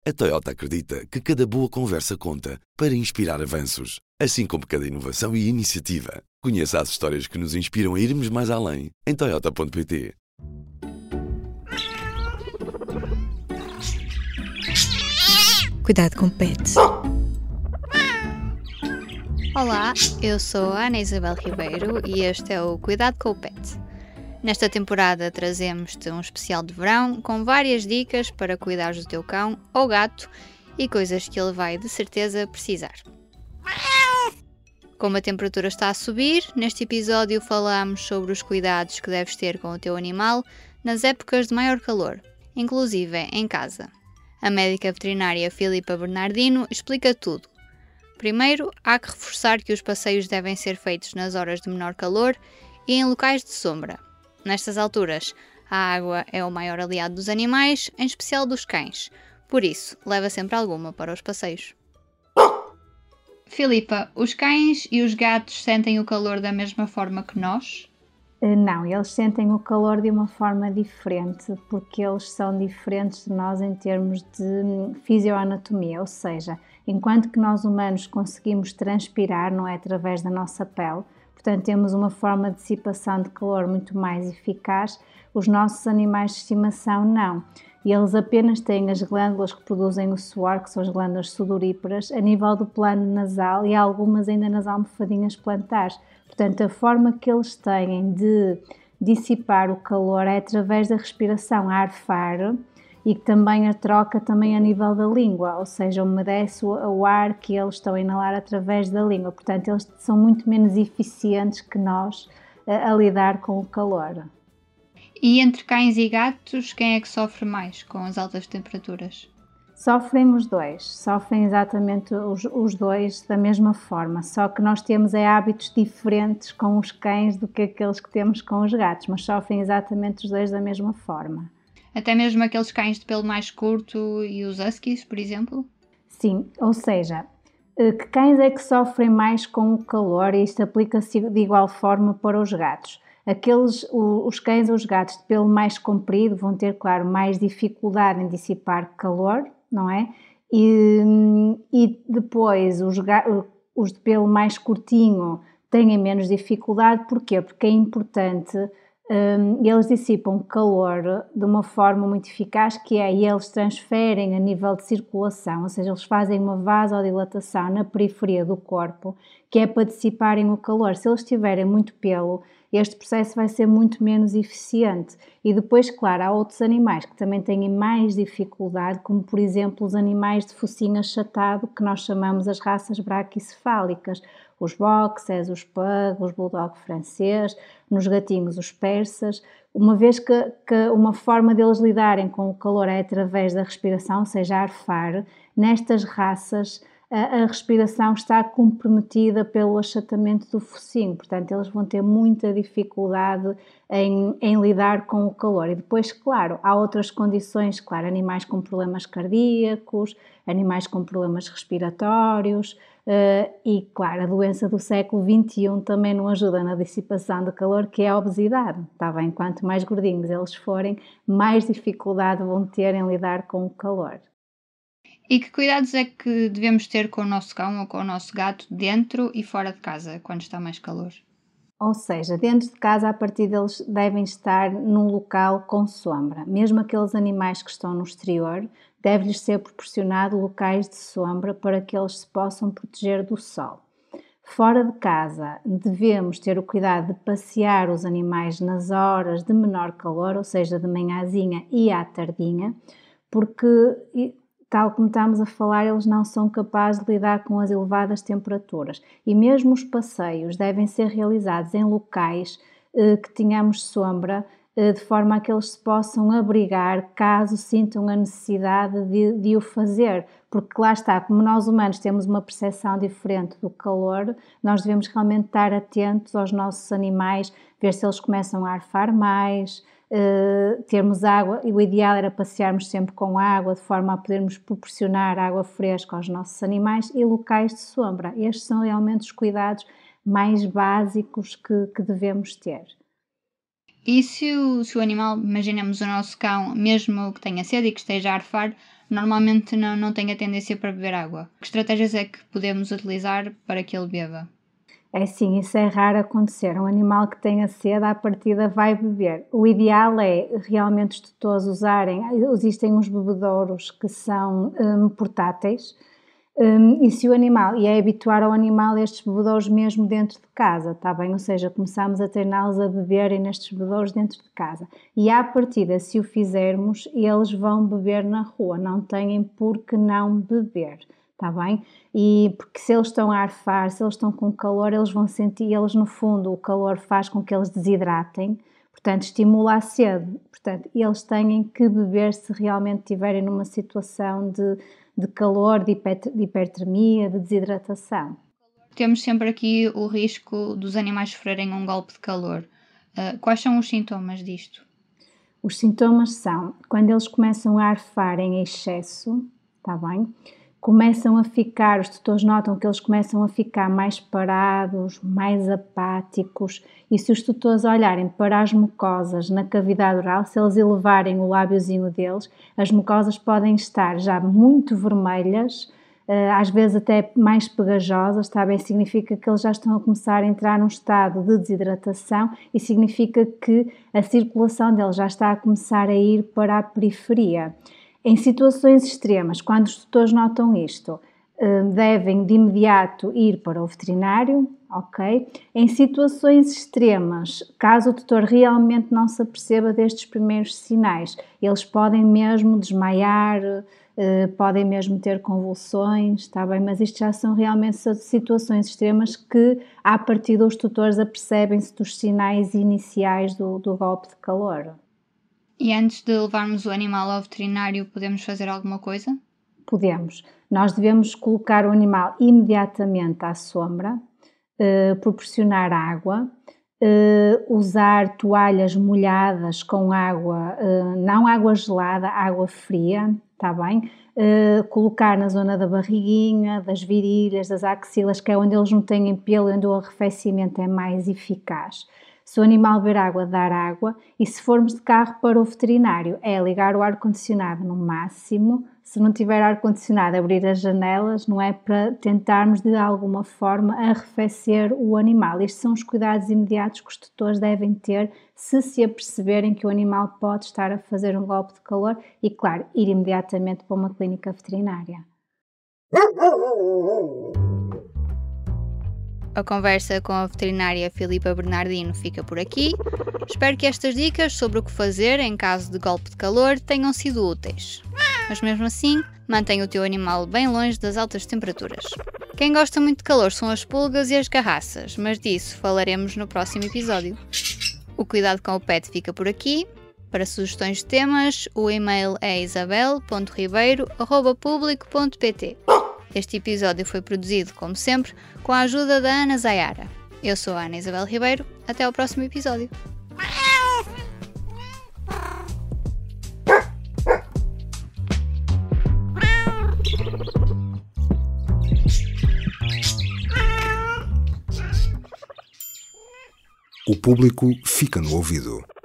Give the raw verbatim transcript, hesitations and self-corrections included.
A Toyota acredita que cada boa conversa conta para inspirar avanços, assim como cada inovação e iniciativa. Conheça as histórias que nos inspiram a irmos mais além em toyota ponto pt. Cuidado com pets. Olá, eu sou a Ana Isabel Ribeiro e este é o Cuidado com o Pet. Nesta temporada trazemos-te um especial de verão com várias dicas para cuidares do teu cão ou gato e coisas que ele vai de certeza precisar. Como a temperatura está a subir, neste episódio falamos sobre os cuidados que deves ter com o teu animal nas épocas de maior calor, inclusive em casa. A médica veterinária Filipa Bernardino explica tudo. Primeiro, há que reforçar que os passeios devem ser feitos nas horas de menor calor e em locais de sombra. Nestas alturas, a água é o maior aliado dos animais, em especial dos cães. Por isso, leva sempre alguma para os passeios. Filipa, os cães e os gatos sentem o calor da mesma forma que nós? Não, eles sentem o calor de uma forma diferente, porque eles são diferentes de nós em termos de fisioanatomia, ou seja, enquanto que nós humanos conseguimos transpirar, não é através da nossa pele, portanto temos uma forma de dissipação de calor muito mais eficaz, os nossos animais de estimação não. E eles apenas têm as glândulas que produzem o suor, que são as glândulas sudoríparas, a nível do plano nasal e algumas ainda nas almofadinhas plantares. Portanto, a forma que eles têm de dissipar o calor é através da respiração a arfar e também a troca também a nível da língua, ou seja, umedece o ar que eles estão a inalar através da língua. Portanto, eles são muito menos eficientes que nós a, a lidar com o calor. E entre cães e gatos, quem é que sofre mais com as altas temperaturas? Sofrem os dois, sofrem exatamente os, os dois da mesma forma, só que nós temos é, hábitos diferentes com os cães do que aqueles que temos com os gatos, mas sofrem exatamente os dois da mesma forma. Até mesmo aqueles cães de pelo mais curto e os huskies, por exemplo? Sim, ou seja, que cães é que sofrem mais com o calor e isto aplica-se de igual forma para os gatos. Aqueles, os cães ou os gatos de pelo mais comprido vão ter, claro, mais dificuldade em dissipar calor, não é? E, e depois os, os de pelo mais curtinho têm menos dificuldade, porquê? Porque é importante, um, eles dissipam calor de uma forma muito eficaz, que é, e eles transferem a nível de circulação, ou seja, eles fazem uma vasodilatação na periferia do corpo, que é para dissiparem o calor. Se eles tiverem muito pelo, este processo vai ser muito menos eficiente. E depois, claro, há outros animais que também têm mais dificuldade, como por exemplo os animais de focinho achatado, que nós chamamos as raças braquicefálicas, os boxers, os pug, os bulldog francês, nos gatinhos os persas, uma vez que, que uma forma deles lidarem com o calor é através da respiração, ou seja, arfar, nestas raças a respiração está comprometida pelo achatamento do focinho, portanto eles vão ter muita dificuldade em, em lidar com o calor. E depois, claro, há outras condições, claro, animais com problemas cardíacos, animais com problemas respiratórios uh, e, claro, a doença do século vinte e um também não ajuda na dissipação do calor, que é a obesidade, está bem? Quanto mais gordinhos eles forem, mais dificuldade vão ter em lidar com o calor. E que cuidados é que devemos ter com o nosso cão ou com o nosso gato dentro e fora de casa, quando está mais calor? Ou seja, dentro de casa, a partir deles devem estar num local com sombra. Mesmo aqueles animais que estão no exterior, deve-lhes ser proporcionado locais de sombra para que eles se possam proteger do sol. Fora de casa, devemos ter o cuidado de passear os animais nas horas de menor calor, ou seja, de manhãzinha e à tardinha, porque, tal como estamos a falar, eles não são capazes de lidar com as elevadas temperaturas e mesmo os passeios devem ser realizados em locais eh, que tenhamos sombra, eh, de forma a que eles se possam abrigar caso sintam a necessidade de, de o fazer, porque lá está, como nós humanos temos uma percepção diferente do calor, nós devemos realmente estar atentos aos nossos animais, ver se eles começam a arfar mais, Uh, termos água, e o ideal era passearmos sempre com água, de forma a podermos proporcionar água fresca aos nossos animais e locais de sombra. Estes são realmente os cuidados mais básicos que, que devemos ter. E se o, se o animal, imaginemos o nosso cão, mesmo que tenha sede e que esteja a arfar, normalmente não, não tem a tendência para beber água. Que estratégias é que podemos utilizar para que ele beba? É sim, isso é raro acontecer. Um animal que tenha sede, à partida vai beber. O ideal é realmente os tutores usarem, existem uns bebedouros que são um, portáteis, um, e se o animal, e é habituar ao animal estes bebedouros mesmo dentro de casa, está bem? Ou seja, começamos a treiná-los a beberem nestes bebedouros dentro de casa. E à partida, se o fizermos, eles vão beber na rua, não têm por que não beber. Está bem? E porque se eles estão a arfar, se eles estão com calor, eles vão sentir, eles no fundo, o calor faz com que eles desidratem, portanto estimula a sede, portanto eles têm que beber se realmente estiverem numa situação de, de calor, de, hiper, de hipertermia, de desidratação. Temos sempre aqui o risco dos animais sofrerem um golpe de calor. Uh, quais são os sintomas disto? Os sintomas são, quando eles começam a arfar em excesso, está bem? Começam a ficar, os tutores notam que eles começam a ficar mais parados, mais apáticos, e se os tutores olharem para as mucosas na cavidade oral, se eles elevarem o lábiozinho deles, as mucosas podem estar já muito vermelhas, às vezes até mais pegajosas, está bem? Significa que eles já estão a começar a entrar num estado de desidratação e significa que a circulação deles já está a começar a ir para a periferia. Em situações extremas, quando os tutores notam isto, devem de imediato ir para o veterinário, ok? Em situações extremas, caso o tutor realmente não se aperceba destes primeiros sinais, eles podem mesmo desmaiar, podem mesmo ter convulsões, está bem? Mas isto já são realmente situações extremas que, à partida, os tutores apercebem-se dos sinais iniciais do, do golpe de calor. E antes de levarmos o animal ao veterinário, podemos fazer alguma coisa? Podemos. Nós devemos colocar o animal imediatamente à sombra, eh, proporcionar água, eh, usar toalhas molhadas com água, eh, não água gelada, água fria, está bem? Eh, colocar na zona da barriguinha, das virilhas, das axilas, que é onde eles não têm pelo e onde o arrefecimento é mais eficaz. Se o animal beber água, dar água, e se formos de carro para o veterinário, é ligar o ar-condicionado no máximo. Se não tiver ar-condicionado, abrir as janelas, não é, para tentarmos de alguma forma arrefecer o animal. Estes são os cuidados imediatos que os tutores devem ter se se aperceberem que o animal pode estar a fazer um golpe de calor e, claro, ir imediatamente para uma clínica veterinária. A conversa com a veterinária Filipa Bernardino fica por aqui. Espero que estas dicas sobre o que fazer em caso de golpe de calor tenham sido úteis. Mas mesmo assim, mantenha o teu animal bem longe das altas temperaturas. Quem gosta muito de calor são as pulgas e as garraças, mas disso falaremos no próximo episódio. O Cuidado com o Pet fica por aqui. Para sugestões de temas, o e-mail é isabel ponto ribeiro arroba publico ponto pt. Este episódio foi produzido, como sempre, com a ajuda da Ana Zayara. Eu sou a Ana Isabel Ribeiro. Até ao próximo episódio. O público fica no ouvido.